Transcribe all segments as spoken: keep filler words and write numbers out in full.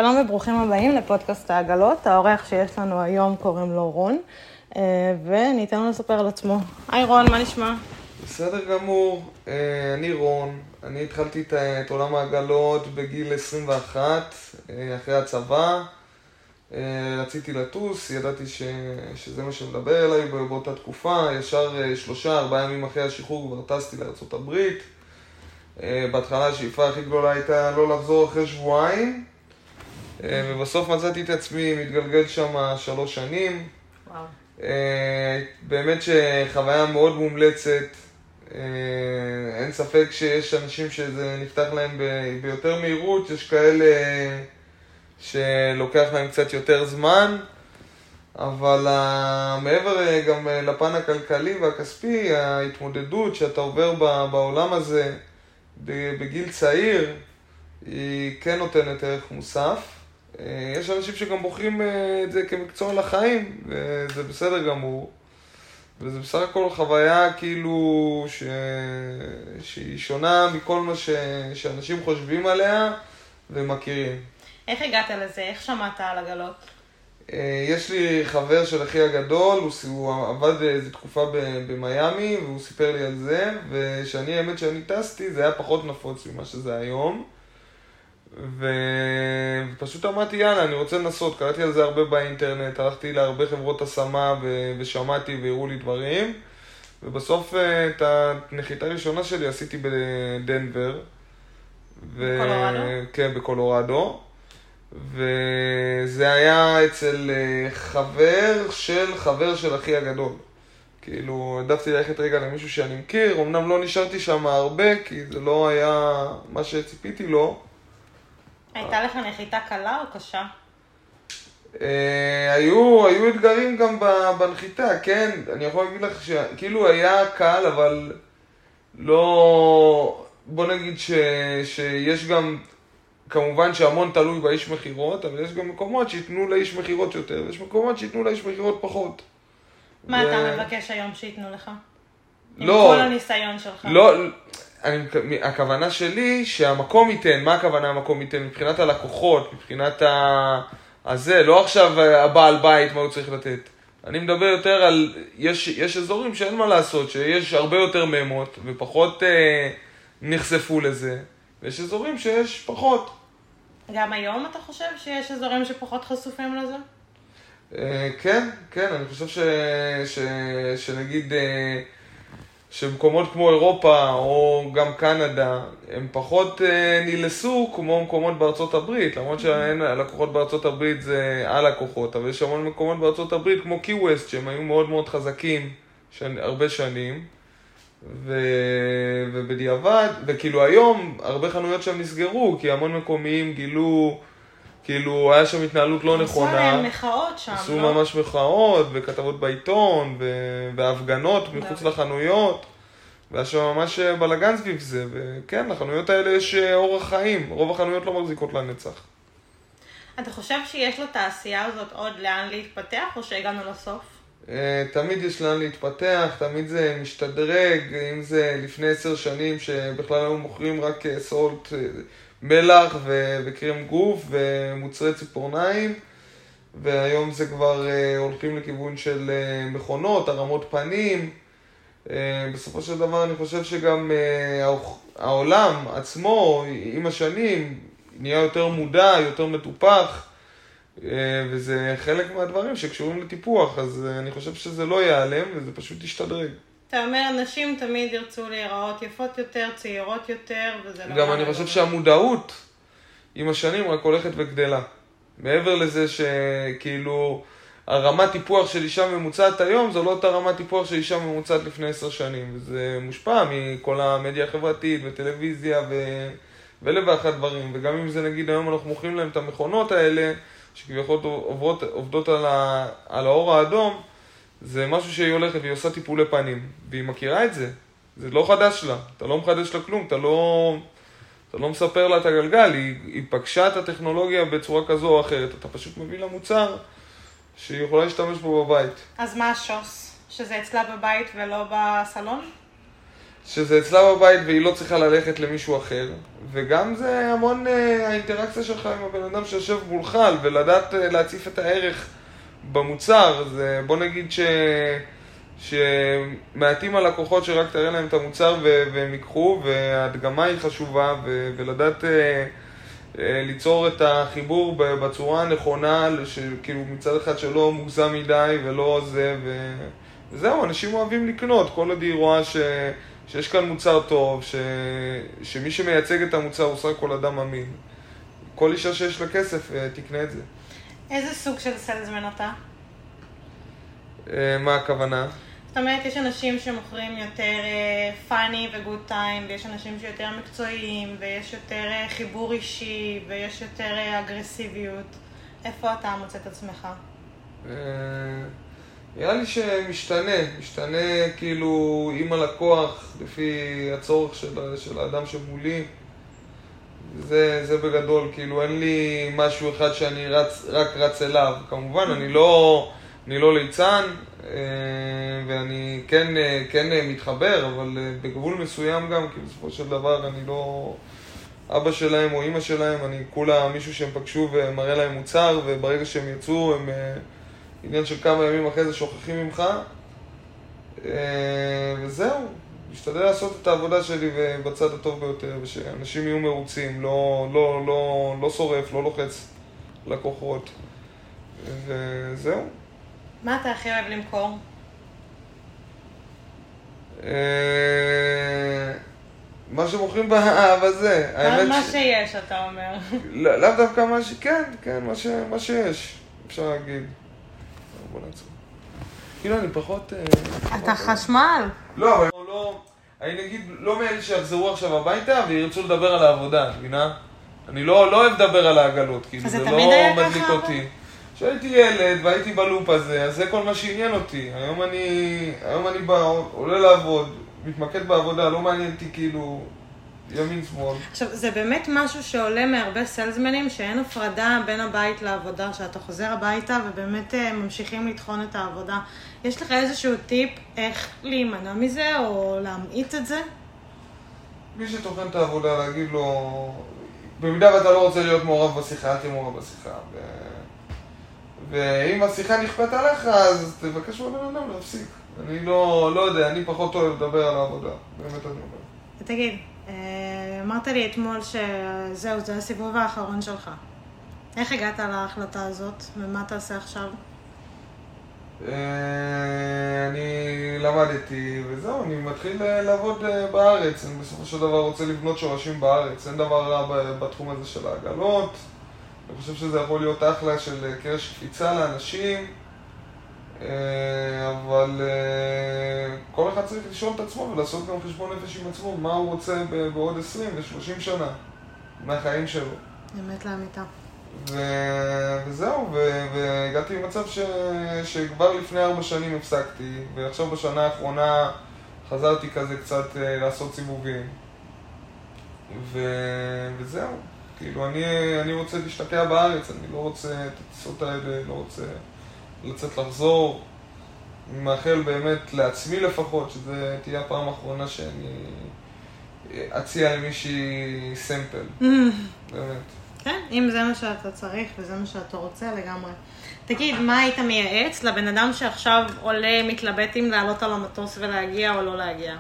שלום וברוכים הבאים לפודקאסט העגלות. האורח שיש לנו היום קוראים לו רון, וניתן לו לספר על עצמו. היי רון, מה נשמע? בסדר גמור, אני רון, אני התחלתי את עולם העגלות בגיל עשרים ואחת, אחרי הצבא. רציתי לטוס, ידעתי ש... שזה מה שמדבר אליי באותה תקופה. ישר שלושה, ארבעה ימים אחרי השחרור כבר טסתי לארצות הברית. בהתחלה השאיפה הכי גדולה הייתה לא לחזור אחרי שבועיים, ובסוף מצאתי את עצמי מתגלגל שם שלוש שנים. וואו. באמת שחוויה מאוד מומלצת. אין ספק שיש אנשים שזה נפתח להם ביותר מהירות, יש כאלה שלוקח להם קצת יותר זמן, אבל מעבר גם לפן הכלכלי והכספי, ההתמודדות שאתה עובר בעולם הזה בגיל צעיר היא כן נותנת ערך מוסף. יש אנשים שגם בוחרים את זה כמקצוע לחיים, וזה בסדר גמור. וזה בסך הכל חוויה כאילו ש... שהיא שונה מכל מה ש... שאנשים חושבים עליה ומכירים. איך הגעת לזה? איך שמעת על עגלות? יש לי חבר של אחי הגדול, הוא, הוא עבד איזו תקופה במיימי, והוא סיפר לי על זה, ושאני, האמת שאני טסתי, זה היה פחות נפוץ ממה שזה היום. ופשוט אמרתי, יאללה, אני רוצה לנסות. קראתי על זה הרבה באינטרנט, הלכתי להרבה חברות השמה ושמעתי והראו לי דברים. ובסוף את הנחיתה הראשונה שלי עשיתי בדנבר. בקולורדו? כן, בקולורדו. וזה היה אצל חבר של חבר של אחי הגדול. כאילו, העדפתי ללכת רגע למישהו שאני מכיר, אמנם לא נשארתי שם הרבה, כי זה לא היה מה שציפיתי לו. הייתה לך נחיתה קלה או קשה? היו, היו אתגרים גם בנחיתה, כן. אני יכול להגיד לך שכאילו היה קל, אבל לא... בוא נגיד ש, שיש גם... כמובן שהמון תלוי באיש מחירות, אבל יש גם מקומות שיתנו לאיש מחירות יותר, ויש מקומות שיתנו לאיש מחירות פחות. מה ו... אתה מבקש היום שיתנו לך? לא. עם כל הניסיון שלך. לא, אני, הכוונה שלי שהמקום ייתן. מה הכוונה המקום ייתן? מבחינת הלקוחות, מבחינת ה... הזה, לא עכשיו הבעל בית מה הוא צריך לתת. אני מדבר יותר על, יש, יש אזורים שאין מה לעשות, שיש הרבה יותר מהמות ופחות אה, נחשפו לזה. ויש אזורים שיש פחות. גם היום אתה חושב שיש אזורים שפחות חשופים לזה? כן, כן, אני חושב ש, ש, שנגיד שמקומות כמו אירופה או גם קנדה הם פחות נילסו כמו מקומות בארצות הברית, למרות שהלקוחות בארצות הברית זה הלקוחות, אבל יש המון מקומות בארצות הברית כמו קי ווסט שהם היו מאוד מאוד חזקים הרבה שנים. ו... ובדיעבד, וכאילו היום הרבה חנויות שם נסגרו, כי המון מקומיים גילו, כאילו היה שם התנהלות לא נכונה. עשו להם מחאות שם, עשו לא? ממש מחאות, וכתבות בעיתון, ו... והפגנות מחוץ לחנויות, והיה שם ממש בלגן סביב זה, וכן, לחנויות האלה יש אורח חיים, רוב החנויות לא מחזיקות לנצח. אתה חושב שיש לתעשייה הזאת עוד לאן להתפתח, או שהגענו לסוף? תמיד יש לאן להתפתח, תמיד זה משתדרג, אם זה לפני עשר שנים שבכלל היו מוכרים רק סולט, מלח וקרם גוף ומוצרי ציפורניים, והיום זה כבר הולכים לכיוון של מכונות, הרמות פנים. בסופו של דבר אני חושב שגם העולם עצמו עם השנים נהיה יותר מודע, יותר מטופח, וזה חלק מהדברים שקשורים לטיפוח, אז אני חושב שזה לא ייעלם, וזה פשוט ישתדרג. אתה אומר, נשים תמיד ירצו להיראות יפות יותר, צעירות יותר, וזה לא... גם אני חושב שהמודעות עם השנים רק הולכת וגדלה. מעבר לזה שכאילו הרמת טיפוח של אישה ממוצעת היום, זו לא אותה רמת טיפוח של אישה ממוצעת לפני עשר שנים, וזה מושפע מכל המדיה החברתית וטלוויזיה ו... ולב ואחת דברים, וגם אם זה נגיד היום אנחנו מוכרים להם את המכונות האלה, שכביכול עוברות, עובדות על, ה, על האור האדום, זה משהו שהיא הולכת והיא עושה טיפולי פנים, והיא מכירה את זה. זה לא חדש לה, אתה לא מחדש לה כלום, אתה לא, אתה לא מספר לה את הגלגל, היא, היא פגשה את הטכנולוגיה בצורה כזו או אחרת, אתה פשוט מביא לה מוצר שהיא יכולה להשתמש בו בבית. אז מה השוס? שזה אצלה בבית ולא בסלון? שזה אצלה בבית והיא לא צריכה ללכת למישהו אחר. וגם זה המון האינטראקציה שלך עם הבן אדם שיושב מולך, ולדעת להציף את הערך במוצר. זה, בוא נגיד ש... שמעטים הלקוחות שרק תראה להם את המוצר והם ייקחו, וההדגמה היא חשובה, ולדעת ליצור את החיבור בצורה הנכונה, כאילו מצד אחד שלא מוגזם מדי ולא זה, וזהו, אנשים אוהבים לקנות, כל עוד היא רואה ש... שיש כאן מוצר טוב, ש... שמי שמייצג את המוצר הוא סך הכל אדם אמין. כל אישה שיש לה כסף תקנה את זה. איזה סוג של סלזמן אתה? מה הכוונה? זאת אומרת, יש אנשים שמוכרים יותר פאני וגוד טיים, ויש אנשים שיותר מקצועיים, ויש יותר חיבור אישי, ויש יותר אגרסיביות. איפה אתה מוצא את עצמך? נראה לי שמשתנה, משתנה כאילו עם הלקוח, לפי הצורך של, של האדם שמולי. זה, זה בגדול, כאילו אין לי משהו אחד שאני רץ, רק רץ אליו. כמובן, אני לא, אני לא ליצן, ואני כן, כן מתחבר, אבל בגבול מסוים גם, כי בסופו של דבר אני לא אבא שלהם או אמא שלהם, אני כולה מישהו שהם פגשו ומראה להם מוצר, וברגע שהם יצאו, הם עניין של כמה ימים אחרי זה שוכחים ממך, וזהו. משתדל לעשות את העבודה שלי ובצד הטוב ביותר, ושאנשים יהיו מרוצים, לא, לא, לא, לא שורף, לא לוחץ לקוחות, וזהו. מה אתה הכי אוהב למכור? מה שמוכרים בזה. מה שיש, אתה אומר. לאו דווקא מה ש... כן, כן, מה שיש, אפשר להגיד. בוא נעצור. כאילו אני פחות... אתה חשמל. לא, אבל לא... אני נגיד, לא מאלה שיחזרו עכשיו הביתה וירצו לדבר על העבודה, מבינה? אני לא אוהב לדבר על העגלות, כאילו זה לא מדליק אותי. כשהייתי ילד והייתי בלופ הזה, אז זה כל מה שעניין אותי. היום אני, היום אני בא, עולה לעבוד, מתמקד בעבודה, לא מעניין אותי כאילו ימין שמאל. עכשיו, זה באמת משהו שעולה מהרבה סלזמנים, שאין הפרדה בין הבית לעבודה, שאתה חוזר הביתה ובאמת ממשיכים לטחון את העבודה. יש לך איזשהו טיפ איך להימנע מזה או להמעיט את זה? מי שטוחן את העבודה, להגיד לו, במידה ואתה לא רוצה להיות מעורב בשיחה, אל תהיה מעורב בשיחה. ו... ואם השיחה נכפת עליך, אז תבקש מהבן אדם להפסיק. אני לא, לא יודע, אני פחות אוהב לדבר על העבודה, באמת אני אומר. ותגיד, אמרת לי אתמול שזהו, זה הסיבוב האחרון שלך. איך הגעת להחלטה הזאת? ומה אתה עושה עכשיו? אני למדתי וזהו, אני מתחיל לעבוד בארץ. אני בסופו של דבר רוצה לבנות שורשים בארץ. אין דבר רע בתחום הזה של העגלות. אני חושב שזה יכול להיות אחלה של קרש קפיצה לאנשים, אבל כל אחד צריך לשאול את עצמו ולעשות גם חשבון נפש עם עצמו, מה הוא רוצה בעוד עשרים ושלושים שנה מהחיים שלו. באמת לאמיתה. וזהו, והגעתי למצב שכבר לפני ארבע שנים הפסקתי, ועכשיו בשנה האחרונה חזרתי כזה קצת לעשות סיבובים. וזהו. כאילו, אני, אני רוצה להשתקע בארץ, אני לא רוצה את הטיסות האלה, לא רוצה לצאת לחזור. אני מאחל באמת לעצמי לפחות, שזה תהיה הפעם האחרונה שאני אציע למישהי סמפל. באמת. כן, אם זה מה שאתה צריך וזה מה שאתה רוצה לגמרי. תגיד, מה היית מייעץ לבן אדם שעכשיו עולה, מתלבט אם לעלות על המטוס ולהגיע או לא להגיע?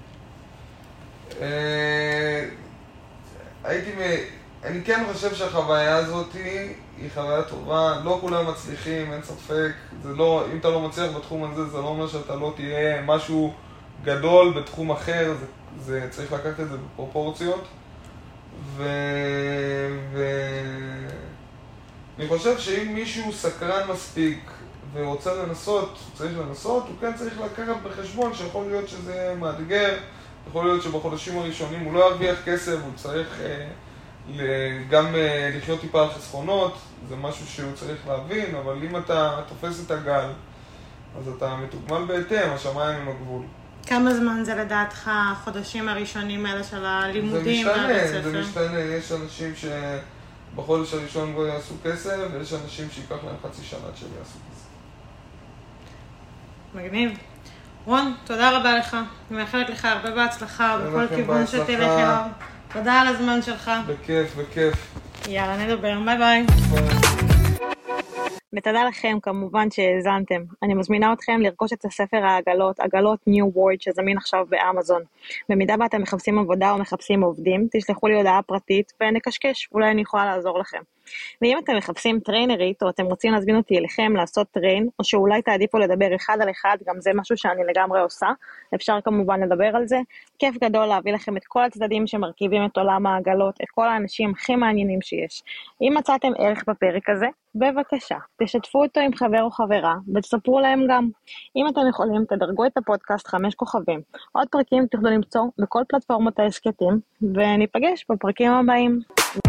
הייתי מ... אני כן חושב שהחוויה הזאת היא חוויה טובה, לא כולם מצליחים, אין ספק, זה לא, אם אתה לא מצליח בתחום הזה, זה לא אומר שאתה לא תהיה משהו גדול בתחום אחר, זה, זה צריך לקחת את זה בפרופורציות, ו... ו... אני חושב שאם מישהו סקרן מספיק ורוצה לנסות, צריך לנסות, הוא כן צריך לקחת בחשבון שיכול להיות שזה מאתגר, יכול להיות שבחודשים הראשונים הוא לא ירוויח כסף, הוא צריך... גם לחיות טיפה על חסכונות, זה משהו שהוא צריך להבין, אבל אם אתה תופס את הגל, אז אתה מתוגמל בהתאם, השמיים עם הגבול. כמה זמן זה לדעתך החודשים הראשונים האלה של הלימודים והבית ספר? זה משתנה, יש אנשים שבחודש הראשון כבר יעשו כסף, ויש אנשים שיקח להם חצי שנה עד שהם יעשו כסף. מגניב. רון, תודה רבה לך. אני מאחלת לך הרבה בהצלחה בכל כיוון בהצלחה. שתלך אליו. תודה על הזמן שלך. בכיף, בכיף. יאללה, נדבר. ביי ביי. ותודה לכם כמובן שהאזנתם. אני מזמינה אתכם לרכוש את הספר העגלות, עגלות New World, שזמין עכשיו באמזון. במידה ואתם מחפשים עבודה או מחפשים עובדים, תשלחו לי הודעה פרטית ונקשקש, אולי אני יכולה לעזור לכם. ואם אתם מחפשים טריינרית, או אתם רוצים להזמין אותי אליכם לעשות טריין, או שאולי תעדיפו לדבר אחד על אחד, גם זה משהו שאני לגמרי עושה, אפשר כמובן לדבר על זה. כיף גדול להביא לכם את כל הצדדים שמרכיבים את עולם העגלות, את כל האנשים הכי מעניינים שיש. אם מצאתם ערך בפרק הזה, בבקשה, תשתפו אותו עם חבר או חברה, ותספרו להם גם. אם אתם יכולים, תדרגו את הפודקאסט חמש כוכבים. עוד פרקים תוכלו למצוא בכל פלטפורמות ההסקטים, וניפגש בפרקים הבאים.